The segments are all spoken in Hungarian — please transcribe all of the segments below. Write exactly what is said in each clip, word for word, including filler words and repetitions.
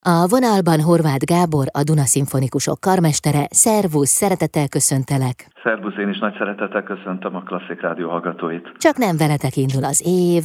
A vonalban Horváth Gábor, a Duna Szimfonikusok karmestere. Szervusz, szeretettel köszöntelek! Szervusz, én is nagy szeretettel köszöntöm a Klasszik Rádió hallgatóit. Csak nem veletek indul az év.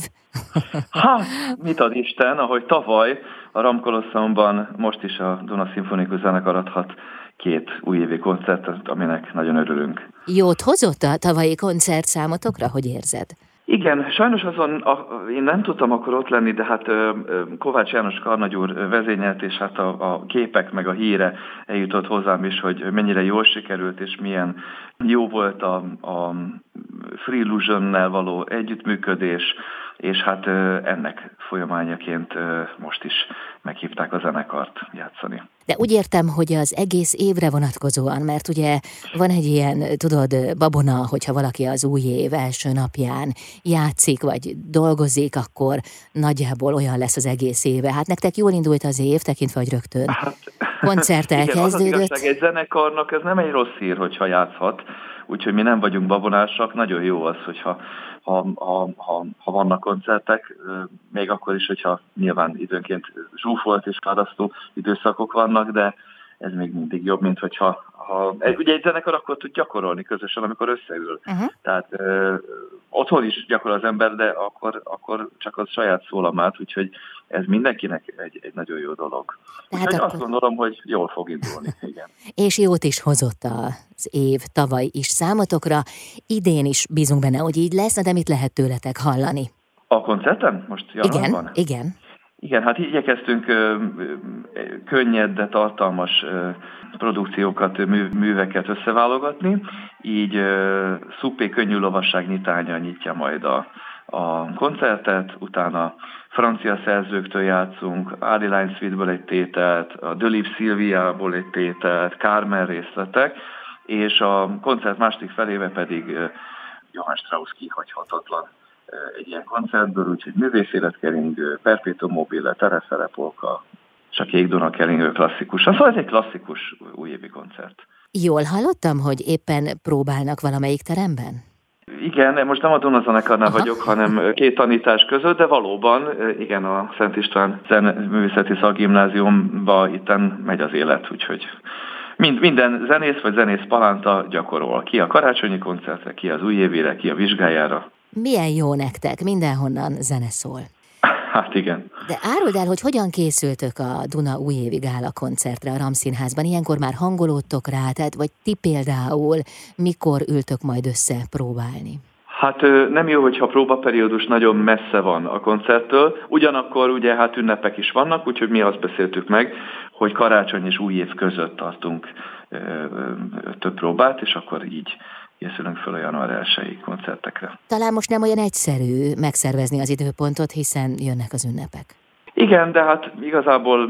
Ha, mit ad Isten, ahogy tavaly a Ram Kolosseumban most is a Duna Szimfonikus Zenekar adhat két újévi koncertet, aminek nagyon örülünk. Jót hozott a tavalyi koncert számotokra, hogy érzed? Igen, sajnos azon a, én nem tudtam akkor ott lenni, de hát Kovács János karnagy úr vezényelt, és hát a, a képek meg a híre eljutott hozzám is, hogy mennyire jól sikerült, és milyen jó volt a, a Free Illusionnel való együttműködés, és hát ennek folyamányaként most is meghívták a zenekart játszani. De úgy értem, hogy az egész évre vonatkozóan, mert ugye van egy ilyen, tudod, babona, hogyha valaki az új év első napján játszik, vagy dolgozik, akkor nagyjából olyan lesz az egész éve. Hát nektek jól indult az év, tekintve, hogy rögtön hát, koncerttel igen, kezdődött. Az az igazság, egy zenekarnak ez nem egy rossz hír, hogyha játszhat, úgyhogy mi nem vagyunk babonásak, nagyon jó az, hogyha Ha, ha, ha, ha vannak koncertek, még akkor is, hogyha nyilván időnként zsúfolt és fárasztó időszakok vannak, de ez még mindig jobb, mint hogyha ha, ugye egy zenekar akkor tud gyakorolni közösen, amikor összeül. Uh-huh. Tehát ö, otthon is gyakorol az ember, de akkor, akkor csak az saját szólamát, úgyhogy ez mindenkinek egy, egy nagyon jó dolog. Tehát úgyhogy akkor... azt gondolom, hogy jól fog indulni. Igen. És jót is hozott az év tavaly is számotokra. Idén is bízunk benne, hogy így lesz, de mit lehet tőletek hallani? A koncerten? Most januárban? Igen, igen. Igen, hát igyekeztünk ö, könnyed, de tartalmas ö, produkciókat, mű, műveket összeválogatni, így ö, Szupé könnyű lovasság nyitánya nyitja majd a, a koncertet, utána francia szerzőktől játszunk, Ári Line Suite-ből egy tételt, a Dölip Szilviából egy tételt, Carmen részletek, és a koncert második felébe pedig ö, Johann Strauss kihagyhatatlan egy ilyen koncertből, úgyhogy művészéletkeringő, Perpetuum mobile, Terefere polka, és a Kék Duna keringő klasszikus. Szóval ez egy klasszikus újévi koncert. Jól hallottam, hogy éppen próbálnak valamelyik teremben? Igen, most nem a Duna zenekarnál vagyok, hanem két tanítás között, de valóban, igen, a Szent István Művészeti Szakgimnáziumban itten megy az élet, úgyhogy Mind, minden zenész vagy zenész palánta gyakorol. Ki a karácsonyi koncertre, ki az újévére, ki a vizsgájára. Milyen jó nektek, mindenhonnan zene szól. Hát igen. De áruld el, hogy hogyan készültök a Duna újévi gála koncertre a Ram Színházban? Ilyenkor már hangolódtok rá, tehát vagy ti például mikor ültök majd össze próbálni? Hát nem jó, hogyha a próbaperiódus nagyon messze van a koncerttől, ugyanakkor ugye hát ünnepek is vannak, úgyhogy mi azt beszéltük meg, hogy karácsony és új év között tartunk ö, ö, több próbát, és akkor így készülünk föl a január elsei koncertekre. Talán most nem olyan egyszerű megszervezni az időpontot, hiszen jönnek az ünnepek. Igen, de hát igazából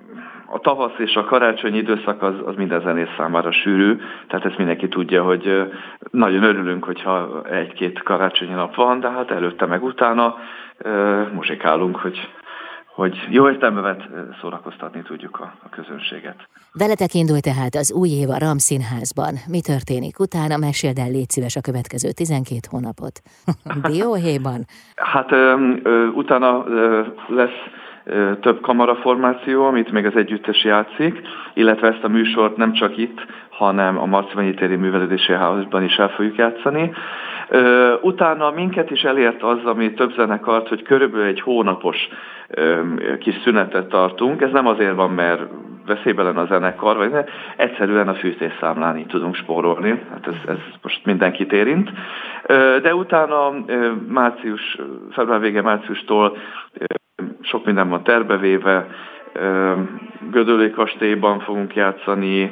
a tavasz és a karácsonyi időszak az, az minden zenész számára sűrű, tehát ezt mindenki tudja, hogy nagyon örülünk, hogyha egy-két karácsonyi nap van, de hát előtte meg utána uh, muzsikálunk, hogy, hogy jó értelembe vett szórakoztatni tudjuk a, a közönséget. Veletek indul tehát az új év a Ram Színházban. Mi történik utána? Meséld el, légy szíves, a következő tizenkét hónapot. Dióhéjban? Hát ö, ö, utána ö, lesz több kamaraformáció, amit még az együttes játszik, illetve ezt a műsort nem csak itt, hanem a Marcivanyi téri művelődési házban is el fogjuk játszani. Utána minket is elért az, ami több zenekart, hogy körülbelül egy hónapos kis szünetet tartunk. Ez nem azért van, mert veszélyben lenne a zenekar, vagy ne, egyszerűen a fűtésszámlán így tudunk spórolni. Hát ez, ez most mindenkit érint. De utána március, február vége márciustól sok minden van terbevéve, Gödöllői kastélyban fogunk játszani,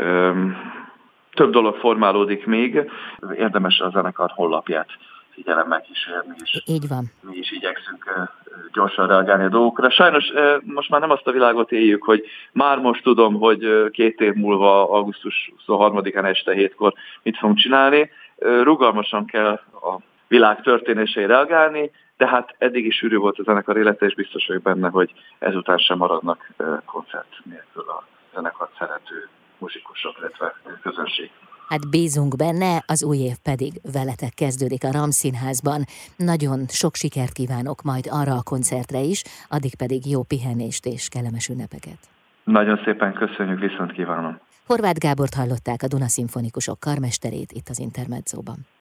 több dolog formálódik még, érdemes a zenekar honlapját figyelemmel kísérni, és így van. Mi is igyekszünk gyorsan reagálni a dolgokra. Sajnos most már nem azt a világot éljük, hogy már most tudom, hogy két év múlva, augusztus huszonharmadikán este hétkor mit fogunk csinálni. Rugalmasan kell a világ történései reagálni, de hát eddig is sűrű volt a zenekar élete, és biztos vagyok benne, hogy ezután sem maradnak koncert nélkül a zenekart szerető muzsikusok, illetve közönség. Hát bízunk benne, az új év pedig veletek kezdődik a Ram Színházban. Nagyon sok sikert kívánok majd arra a koncertre is, addig pedig jó pihenést és kellemes ünnepeket. Nagyon szépen köszönjük, viszont kívánom. Horváth Gábort hallották, a Duna Szimfonikusok karmesterét itt az Intermedzóban.